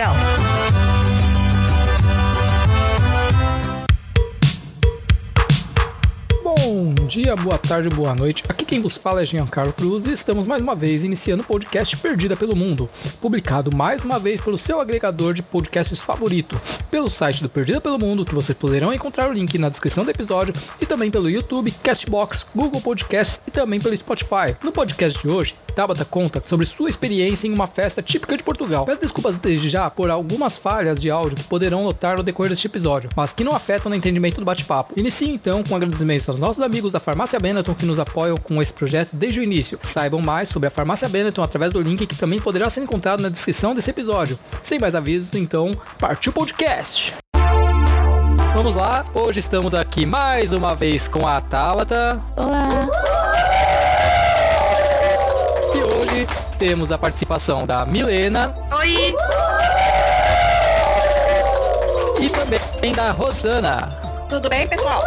Portugal. Bom dia, boa tarde, boa noite. Aqui quem vos fala é Giancarlo Cruz e estamos mais uma vez iniciando o podcast Perdida pelo Mundo, publicado mais uma vez pelo seu agregador de podcasts favorito, pelo site do Perdida pelo Mundo, que vocês poderão encontrar o link na descrição do episódio, e também pelo YouTube, Castbox, Google Podcasts e também pelo Spotify. No podcast de hoje, Tabata conta sobre sua experiência em uma festa típica de Portugal. Peço desculpas desde já por algumas falhas de áudio que poderão notar no decorrer deste episódio, mas que não afetam no entendimento do bate-papo. Inicie então com agradecimentos aos nossos amigos da Farmácia Benetton que nos apoiam com esse projeto desde o início. Saibam mais sobre a Farmácia Benetton através do link que também poderá ser encontrado na descrição desse episódio. Sem mais avisos, então, partiu o podcast! Vamos lá, hoje estamos aqui mais uma vez com a Tabata. Olá! E hoje temos a participação da Milena. Oi! E também da Rosana. Tudo bem, pessoal?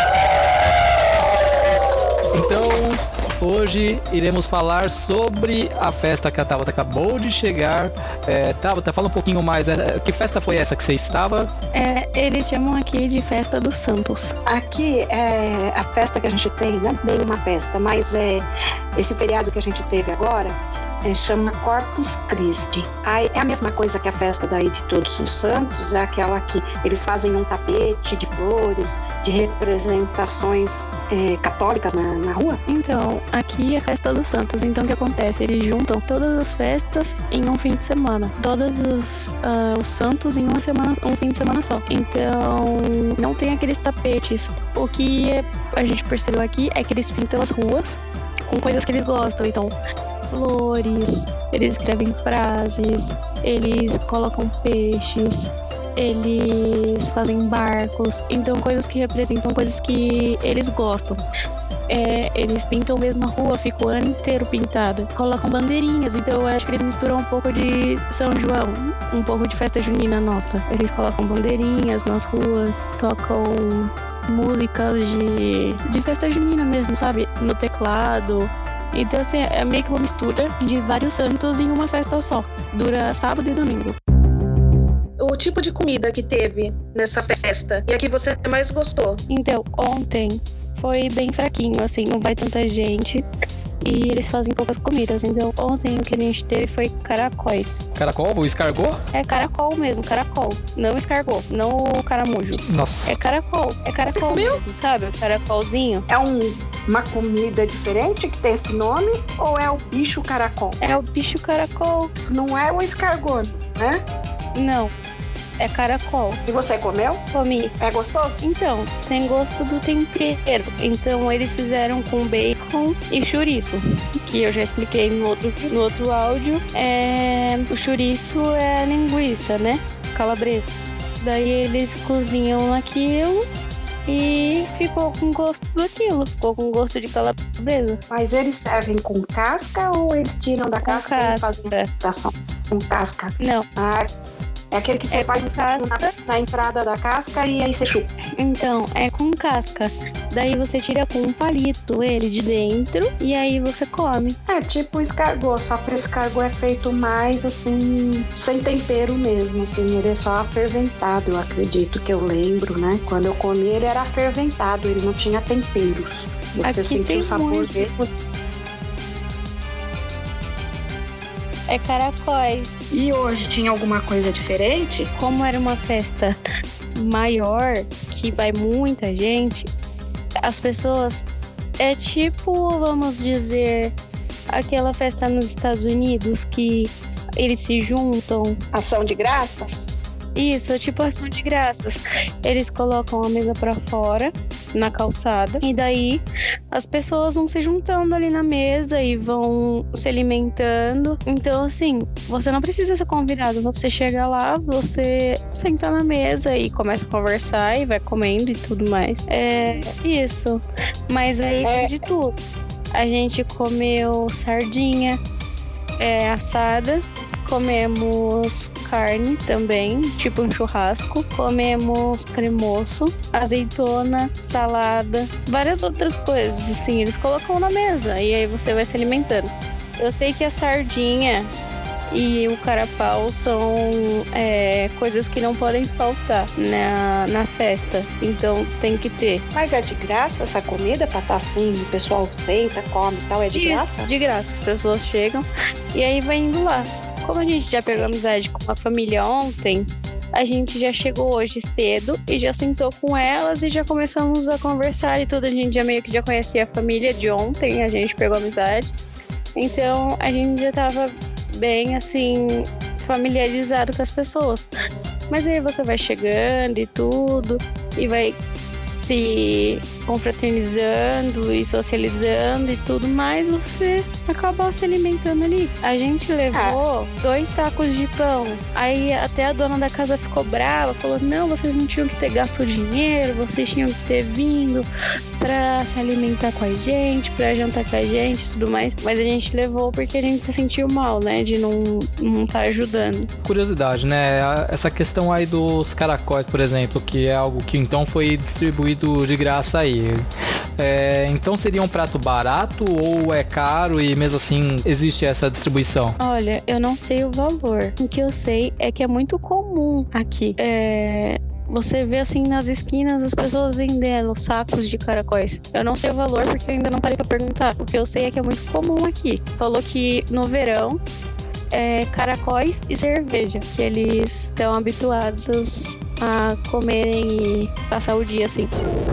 Então, hoje iremos falar sobre a festa que a Tabata acabou de chegar. Tabata, fala um pouquinho mais. Que festa foi essa que você estava? Eles chamam aqui de Festa dos Santos. Aqui é a festa que a gente tem, não é bem uma festa, mas esse feriado que a gente teve agora chama Corpus Christi. É a mesma coisa que a festa daí de Todos os Santos, é aquela que eles fazem um tapete de flores, de representações católicas na rua. Então, aqui é a Festa dos Santos. Então, o que acontece? Eles juntam todas as festas em um fim de semana. Todos os santos em um fim de semana só. Então, não tem aqueles tapetes. O que a gente percebeu aqui é que eles pintam as ruas com coisas que eles gostam. Então, flores, eles escrevem frases, eles colocam peixes, eles fazem barcos, então coisas que representam coisas que eles gostam. Eles pintam mesmo a rua, fica o ano inteiro pintada. Colocam bandeirinhas, então eu acho que eles misturam um pouco de São João, um pouco de festa junina nossa. Eles colocam bandeirinhas nas ruas, tocam músicas de festa junina mesmo, sabe? No teclado. Então, assim, é meio que uma mistura de vários santos em uma festa só. Dura sábado e domingo. O tipo de comida que teve nessa festa e a que você mais gostou? Então, ontem foi bem fraquinho, assim, não vai tanta gente. E eles fazem poucas comidas. Então, ontem o que a gente teve foi caracóis. Caracol? O escargot? É caracol mesmo, caracol. Não escargot, não o caramujo. Nossa. É caracol mesmo, sabe? O caracolzinho. É uma comida diferente que tem esse nome ou é o bicho caracol? É o bicho caracol. Não é o escargot, né? Não. É caracol. E você comeu? Comi. É gostoso? Então, tem gosto do tempero. Então, eles fizeram com bacon e chouriço, que eu já expliquei no outro áudio. O chouriço é a linguiça, né? Calabresa. Daí eles cozinham aquilo e ficou com gosto daquilo. Ficou com gosto de calabresa. Mas eles servem com casca ou eles tiram da casca e fazem a apresentação? Com casca? Não. É aquele que você faz na entrada da casca e aí você chupa. Então, é com casca. Daí você tira com um palito ele de dentro e aí você come. É tipo escargot, só que o escargot é feito mais assim, sem tempero mesmo, assim, ele é só ferventado, eu acredito que eu lembro, né? Quando eu comi ele era ferventado, ele não tinha temperos. Você sentiu o sabor mesmo. É caracóis. E hoje tinha alguma coisa diferente? Como era uma festa maior, que vai muita gente, as pessoas... É tipo, vamos dizer, aquela festa nos Estados Unidos que eles se juntam. Ação de graças? Isso, tipo ação de graças. Eles colocam a mesa pra fora, na calçada, e daí as pessoas vão se juntando ali na mesa e vão se alimentando. Então, assim, você não precisa ser convidado. Você chega lá, você senta na mesa e começa a conversar e vai comendo e tudo mais. É isso. Mas aí tem de tudo. A gente comeu sardinha assada. Comemos carne também, tipo um churrasco. Comemos cremoço, azeitona, salada, várias outras coisas, assim, eles colocam na mesa e aí você vai se alimentando. Eu sei que a sardinha e o carapau são coisas que não podem faltar na festa. Então tem que ter. Mas é de graça essa comida pra estar assim, o pessoal senta, come e tal, é de graça? De graça, as pessoas chegam e aí vai indo lá. Como a gente já pegou amizade com a família ontem, a gente já chegou hoje cedo e já sentou com elas e já começamos a conversar e tudo. A gente já meio que já conhecia a família de ontem, a gente pegou amizade. Então a gente já tava bem assim, familiarizado com as pessoas. Mas aí você vai chegando e tudo, e vai se confraternizando e socializando e tudo mais, você acaba se alimentando ali. A gente levou 2 sacos de pão. Aí até a dona da casa ficou brava, falou: não, vocês não tinham que ter gasto o dinheiro, vocês tinham que ter vindo pra se alimentar com a gente, pra jantar com a gente e tudo mais. Mas a gente levou porque a gente se sentiu mal, né, de não tá ajudando. Curiosidade, né, essa questão aí dos caracóis, por exemplo, que é algo que então foi distribuído de graça aí. Então seria um prato barato ou é caro e mesmo assim existe essa distribuição? Olha, eu não sei o valor. O que eu sei é que é muito comum aqui. Você vê assim nas esquinas as pessoas vendendo sacos de caracóis. Eu não sei o valor porque eu ainda não parei pra perguntar. O que eu sei é que é muito comum aqui. Falou que no verão caracóis e cerveja, que eles estão habituados a comerem e passar o dia assim.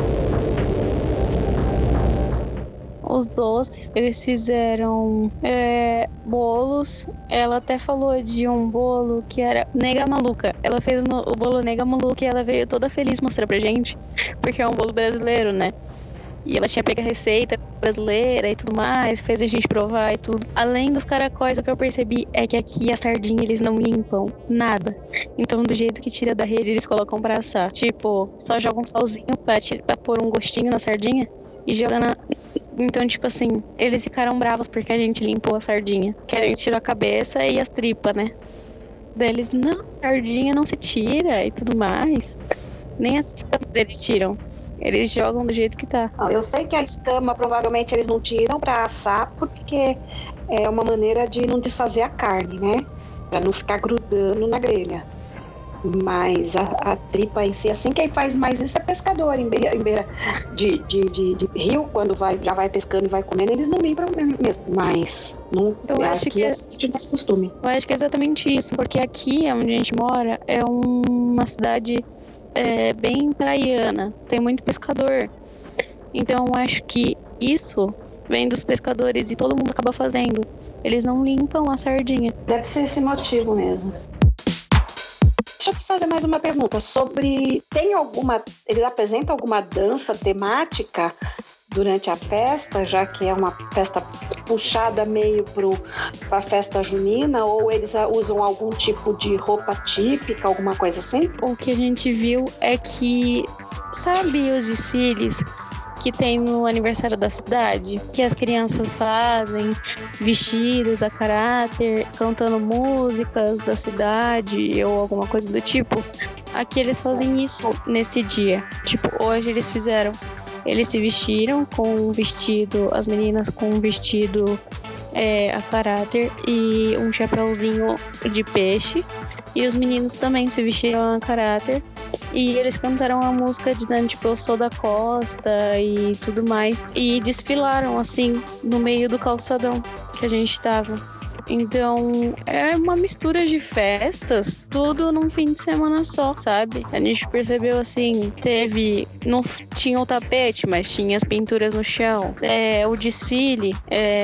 Os doces, eles fizeram bolos. Ela até falou de um bolo que era nega maluca. Ela fez o bolo nega maluca e ela veio toda feliz mostrar pra gente, porque é um bolo brasileiro, né? E ela tinha pego a receita brasileira e tudo mais, fez a gente provar e tudo. Além dos caracóis, o que eu percebi é que aqui a sardinha eles não limpam nada. Então, do jeito que tira da rede, eles colocam pra assar. Tipo, só jogam um salzinho pra pôr um gostinho na sardinha e joga na... Então, tipo assim, eles ficaram bravos porque a gente limpou a sardinha. Que a gente tirou a cabeça e as tripas, né? Daí eles, não, sardinha não se tira e tudo mais. Nem as escamas eles tiram. Eles jogam do jeito que tá. Eu sei que a escama provavelmente eles não tiram pra assar porque é uma maneira de não desfazer a carne, né? Pra não ficar grudando na grelha. Mas a tripa em si, assim, quem faz mais isso é pescador em beira de rio, quando já vai pescando e vai comendo, eles não limpam mesmo. Mas não, eu acho que esse costume. Eu acho que é exatamente isso, porque aqui onde a gente mora é uma cidade bem praiana, tem muito pescador. Então eu acho que isso vem dos pescadores e todo mundo acaba fazendo. Eles não limpam a sardinha. Deve ser esse motivo mesmo. Deixa eu te fazer mais uma pergunta sobre... Eles apresentam alguma dança temática durante a festa, já que é uma festa puxada meio para a festa junina, ou eles usam algum tipo de roupa típica, alguma coisa assim? O que a gente viu é que, sabe os desfiles que tem no aniversário da cidade, que as crianças fazem vestidos a caráter, cantando músicas da cidade ou alguma coisa do tipo? Aqui eles fazem isso nesse dia. Tipo, hoje eles fizeram. Eles se vestiram com um vestido, as meninas com um vestido a caráter e um chapéuzinho de peixe. E os meninos também se vestiram a caráter. E eles cantaram a música dizendo, tipo, eu sou da costa e tudo mais. E desfilaram, assim, no meio do calçadão que a gente tava. Então, é uma mistura de festas, tudo num fim de semana só, sabe? A gente percebeu, assim, não tinha o tapete, mas tinha as pinturas no chão. O desfile,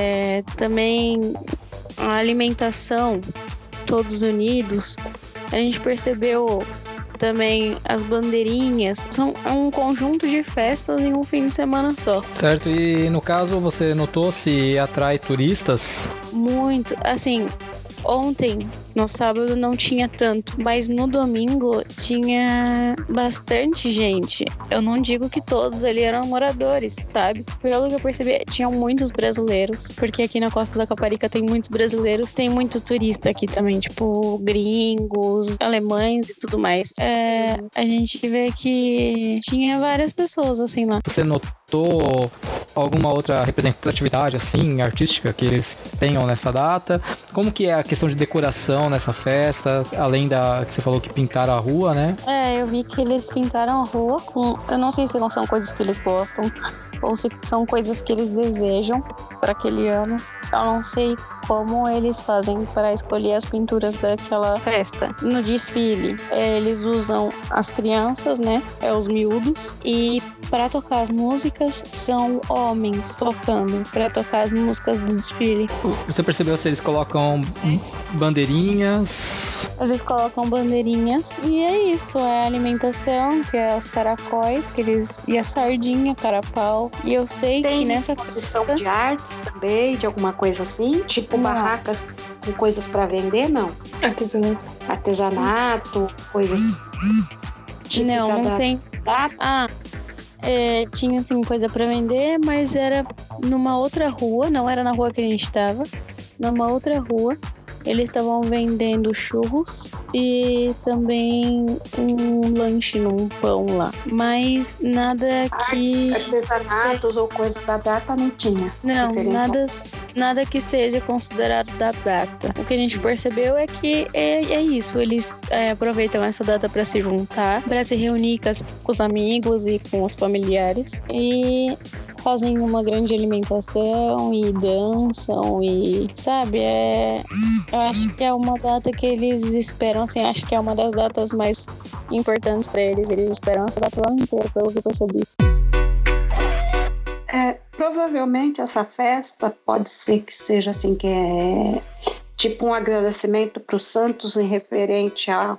também a alimentação, todos unidos. A gente percebeu também as bandeirinhas. São um conjunto de festas em um fim de semana só. Certo, e no caso você notou se atrai turistas? Muito, assim, ontem, no sábado não tinha tanto, mas no domingo tinha bastante gente. Eu não digo que todos ali eram moradores, sabe? Pelo que eu percebi, tinham muitos brasileiros, porque aqui na Costa da Caparica tem muitos brasileiros, tem muito turista aqui também, tipo gringos, alemães e tudo mais. A gente vê que tinha várias pessoas assim lá. Você notou faltou alguma outra representatividade, assim, artística que eles tenham nessa data? Como que é a questão de decoração nessa festa, além da que você falou que pintaram a rua, né? Eu vi que eles pintaram a rua com... Eu não sei se não são coisas que eles gostam ou se são coisas que eles desejam para aquele ano. Eu não sei como eles fazem para escolher as pinturas daquela festa. No desfile, eles usam as crianças, né? Os miúdos. E para tocar as músicas, são homens tocando para tocar as músicas do desfile. Você percebeu se eles colocam bandeirinhas? Eles colocam bandeirinhas e é isso, é a alimentação, que é os caracóis, que eles... e a sardinha, carapau. E eu sei tem que nessa exposição de artes também, de alguma coisa assim, tipo não. Barracas com coisas para vender, não? Artesanato, coisas. Não tem. Tinha assim coisa para vender, mas era numa outra rua, não era na rua que a gente estava, numa outra rua. Eles estavam vendendo churros e também um lanche num pão lá. Mas nada que... Artesanatos ou coisa da data não tinha. Não, nada que seja considerado da data. O que a gente percebeu é que é isso. Eles aproveitam essa data para se juntar, para se reunir com os amigos e com os familiares. E fazem uma grande alimentação e dançam e, sabe, eu acho que é uma data que eles esperam, assim, acho que é uma das datas mais importantes para eles. Eles esperam essa data o ano inteiro, pelo que eu percebi. Provavelmente essa festa pode ser que seja assim, que é tipo um agradecimento para os santos em referente a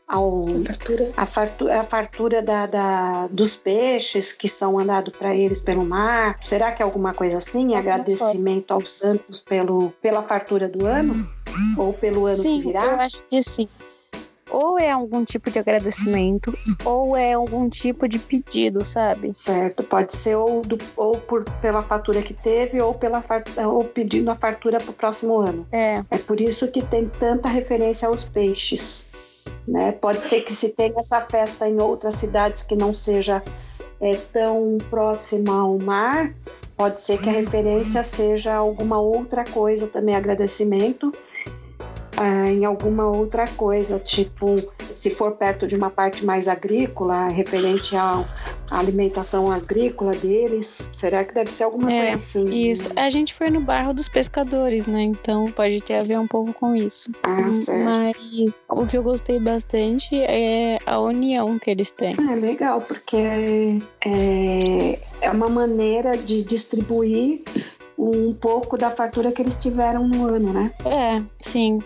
fartura dos peixes que são mandados para eles pelo mar. Será que é alguma coisa assim? Agradecimento aos santos pela fartura do ano? Ou pelo ano que virá? Sim, eu acho que sim. Ou é algum tipo de agradecimento, ou é algum tipo de pedido, sabe? Certo, pode ser pela fatura que teve, ou pedindo a fartura para o próximo ano. É por isso que tem tanta referência aos peixes, né? Pode ser que se tenha essa festa em outras cidades que não seja tão próxima ao mar, pode ser que a referência seja alguma outra coisa também, agradecimento. Em alguma outra coisa, tipo, se for perto de uma parte mais agrícola, referente à alimentação agrícola deles, será que deve ser alguma coisa assim? Isso, a gente foi no bairro dos pescadores, né, então pode ter a ver um pouco com isso. Certo. Mas o que eu gostei bastante é a união que eles têm. É legal, porque é uma maneira de distribuir um pouco da fartura que eles tiveram no ano, né? Sim.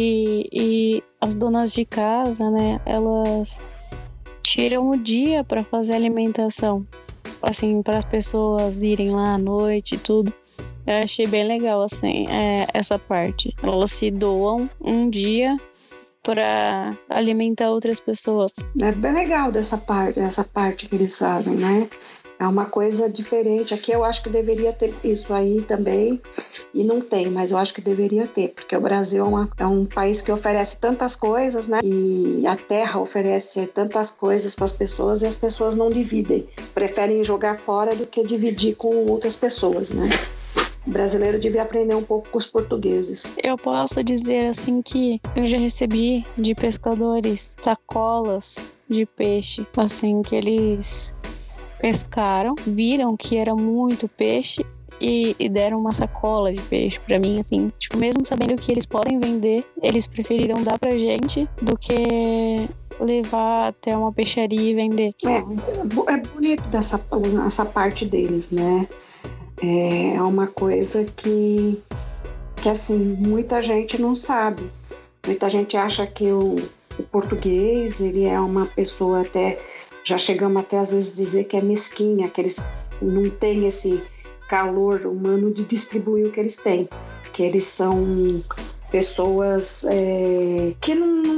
E as donas de casa, né, elas tiram o dia para fazer alimentação, assim, para as pessoas irem lá à noite e tudo. Eu achei bem legal, assim, essa parte. Elas se doam um dia para alimentar outras pessoas. É bem legal essa parte que eles fazem, né? É uma coisa diferente. Aqui eu acho que deveria ter isso aí também, e não tem, mas eu acho que deveria ter, porque o Brasil é um país que oferece tantas coisas, né? E a terra oferece tantas coisas para as pessoas e as pessoas não dividem. Preferem jogar fora do que dividir com outras pessoas, né? O brasileiro devia aprender um pouco com os portugueses. Eu posso dizer assim que eu já recebi de pescadores sacolas de peixe, assim, que eles pescaram, viram que era muito peixe e deram uma sacola de peixe pra mim, assim, tipo, mesmo sabendo que eles podem vender, eles preferiram dar pra gente do que levar até uma peixaria e vender. É bonito essa parte deles, né? É uma coisa que assim, muita gente não sabe. Muita gente acha que o português, ele é uma pessoa até... Já chegamos até às vezes dizer que é mesquinha, que eles não têm esse calor humano de distribuir o que eles têm. Que eles são pessoas que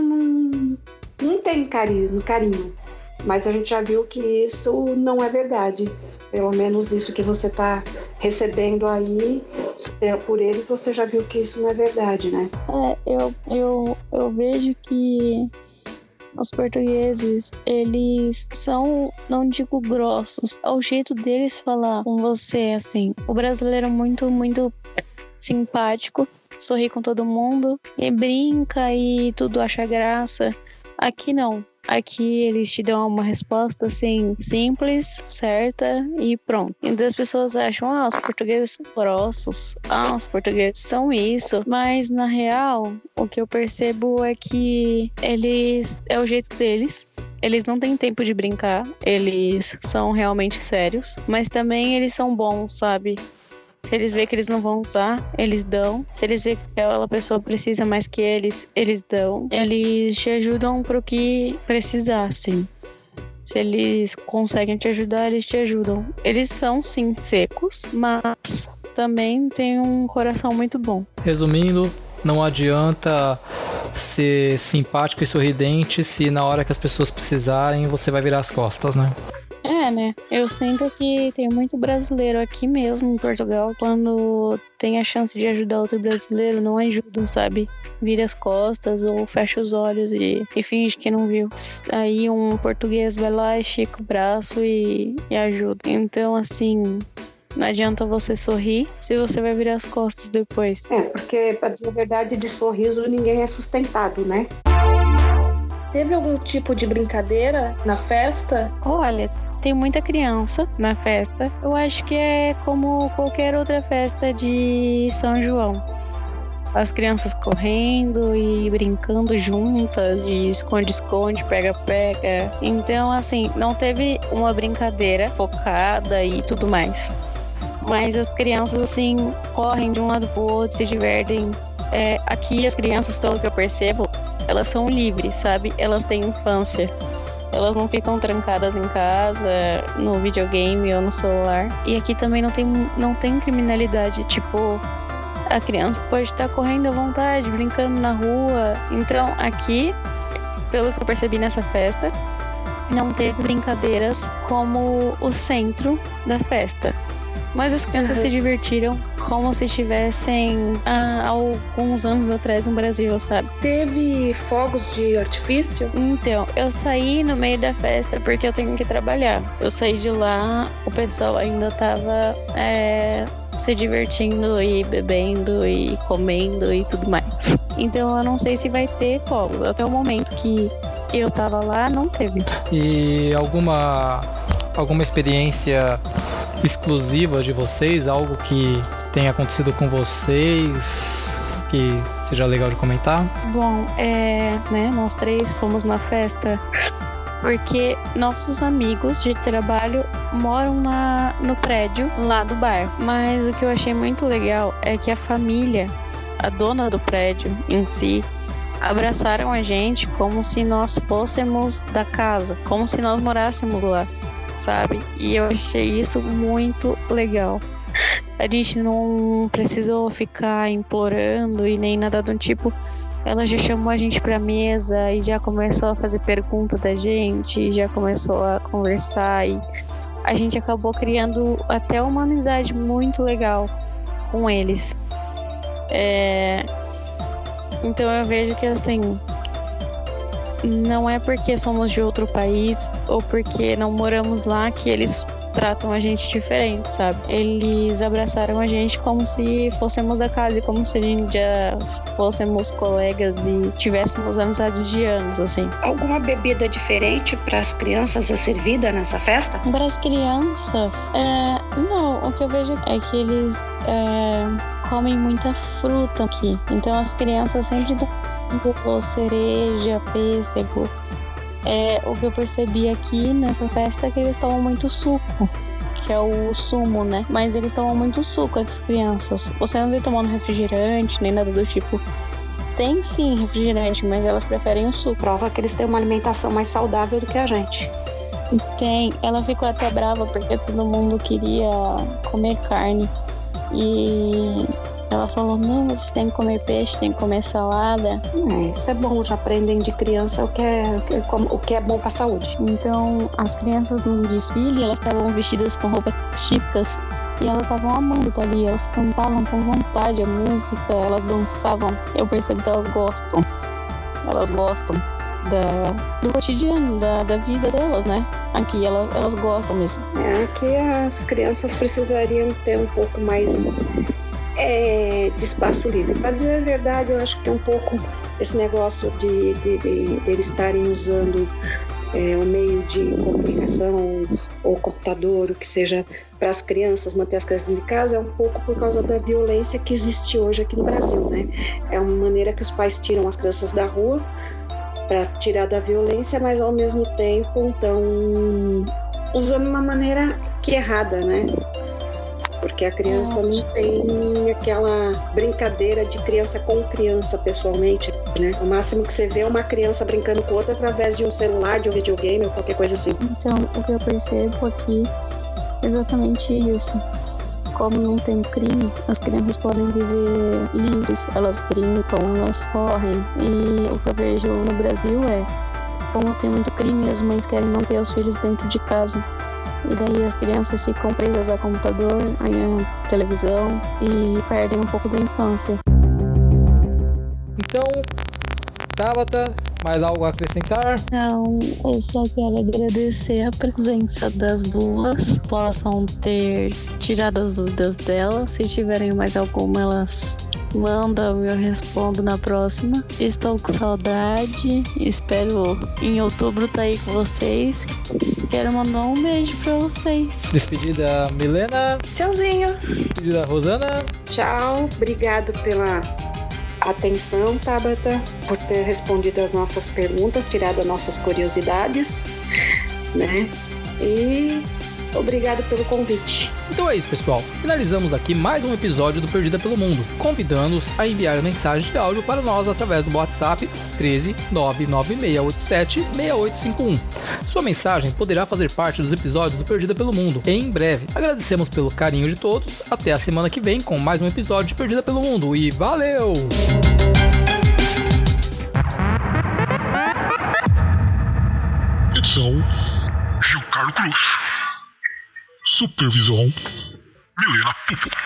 não têm carinho. Mas a gente já viu que isso não é verdade. Pelo menos isso que você está recebendo aí, por eles, você já viu que isso não é verdade, né? Eu vejo que Os portugueses, eles são, não digo grossos, é o jeito deles falar com você, assim. O brasileiro é muito, muito simpático, sorri com todo mundo e brinca e tudo acha graça. Aqui não. Aqui eles te dão uma resposta assim, simples, certa e pronto. Então as pessoas acham, os portugueses são grossos, os portugueses são isso. Mas na real, o que eu percebo é que eles, é o jeito deles. Eles não têm tempo de brincar, eles são realmente sérios, mas também eles são bons, sabe? Se eles veem que eles não vão usar, eles dão. Se eles veem que aquela pessoa precisa mais que eles, eles dão. Eles te ajudam pro que precisar, assim. Se eles conseguem te ajudar, eles te ajudam. Eles são, sim, secos, mas também têm um coração muito bom. Resumindo, não adianta ser simpático e sorridente se na hora que as pessoas precisarem, você vai virar as costas, né? Né? Eu sinto que tem muito brasileiro aqui mesmo em Portugal, quando tem a chance de ajudar outro brasileiro, não ajuda, sabe? Vira as costas ou fecha os olhos e finge que não viu. Aí um português vai lá, estica o braço e ajuda. Então, assim, não adianta você sorrir se você vai virar as costas depois. Porque, pra dizer a verdade, de sorriso ninguém é sustentado, né? Teve algum tipo de brincadeira na festa? Olha, tem muita criança na festa. Eu acho que é como qualquer outra festa de São João. As crianças correndo e brincando juntas, de esconde-esconde, pega-pega. Então, assim, não teve uma brincadeira focada e tudo mais. Mas as crianças, assim, correm de um lado pro outro, se divertem. Aqui as crianças, pelo que eu percebo, elas são livres, sabe? Elas têm infância. Elas não ficam trancadas em casa, no videogame ou no celular. E aqui também não tem criminalidade. Tipo, a criança pode estar correndo à vontade, brincando na rua. Então, aqui, pelo que eu percebi nessa festa, não teve brincadeiras como o centro da festa. Mas as crianças se divertiram como se estivessem há alguns anos atrás no Brasil, sabe? Teve fogos de artifício? Então, eu saí no meio da festa porque eu tenho que trabalhar. Eu saí de lá, o pessoal ainda tava se divertindo e bebendo e comendo e tudo mais. Então eu não sei se vai ter fogos. Até o momento que eu tava lá, não teve. E alguma experiência exclusiva de vocês, algo que tenha acontecido com vocês que seja legal de comentar? Bom, nós três fomos na festa porque nossos amigos de trabalho moram no prédio lá do bar. Mas o que eu achei muito legal é que a família, a dona do prédio em si, abraçaram a gente como se nós fôssemos da casa, como se nós morássemos lá, sabe? E eu achei isso muito legal. A gente não precisou ficar implorando e nem nada do tipo. Ela já chamou a gente pra mesa e já começou a fazer pergunta da gente, já começou a conversar e a gente acabou criando até uma amizade muito legal com eles. Então eu vejo que assim, não é porque somos de outro país ou porque não moramos lá que eles tratam a gente diferente, sabe? Eles abraçaram a gente como se fôssemos da casa e como se a gente já fôssemos colegas e tivéssemos amizades de anos, assim. Alguma bebida diferente para as crianças a servida nessa festa? Para as crianças, não. O que eu vejo é que eles comem muita fruta aqui. Então as crianças sempre dão cereja, pêssego. O que eu percebi aqui nessa festa é que eles tomam muito suco, que é o sumo, né? Mas eles tomam muito suco, as crianças. Você não vê tomando refrigerante, nem nada do tipo. Tem sim refrigerante, mas elas preferem o suco. Prova que eles têm uma alimentação mais saudável do que a gente. Tem. Ela ficou até brava porque todo mundo queria comer carne. E ela falou, não, vocês têm que comer peixe, tem que comer salada. Isso é bom, já aprendem de criança o que é bom para a saúde. Então, as crianças no desfile, elas estavam vestidas com roupas típicas e elas estavam amando estar ali. Elas cantavam com vontade a música, elas dançavam. Eu percebo que elas gostam. Elas gostam do cotidiano, da vida delas, né? Aqui elas gostam mesmo. Aqui as crianças precisariam ter um pouco mais de espaço livre. Para dizer a verdade, eu acho que é um pouco esse negócio de eles estarem usando o meio de comunicação ou computador, o que seja, para as crianças, manter as crianças dentro de casa, é um pouco por causa da violência que existe hoje aqui no Brasil, né? É uma maneira que os pais tiram as crianças da rua para tirar da violência, mas ao mesmo tempo estão usando uma maneira que é errada, né? Porque a criança não tem aquela brincadeira de criança com criança pessoalmente, né? O máximo que você vê é uma criança brincando com outra através de um celular, de um videogame ou qualquer coisa assim. Então, o que eu percebo aqui é exatamente isso. Como não tem crime, as crianças podem viver livres, elas brincam, elas correm. E o que eu vejo no Brasil como tem muito crime, as mães querem manter os filhos dentro de casa. E daí as crianças ficam presas ao computador, à televisão e perdem um pouco da infância. Então, Tabata, mais algo a acrescentar? Não, eu só quero agradecer a presença das duas. Possam ter tirado as dúvidas delas. Se tiverem mais alguma, elas mandam e eu respondo na próxima. Estou com saudade. Espero em outubro estar aí com vocês. Quero mandar um beijo pra vocês. Despedida, Milena. Tchauzinho. Despedida, Rosana. Tchau, obrigado pela atenção, Tabata, por ter respondido as nossas perguntas, tirado as nossas curiosidades, né? E obrigado pelo convite. Então é isso, pessoal. Finalizamos aqui mais um episódio do Perdida pelo Mundo, convidando-os a enviar mensagem de áudio para nós através do WhatsApp 13 99687 6851. Sua mensagem poderá fazer parte dos episódios do Perdida pelo Mundo em breve. Agradecemos pelo carinho de todos. Até a semana que vem com mais um episódio de Perdida pelo Mundo e valeu! Edição Giancarlo Cruz. Supervisão Milena Pupo.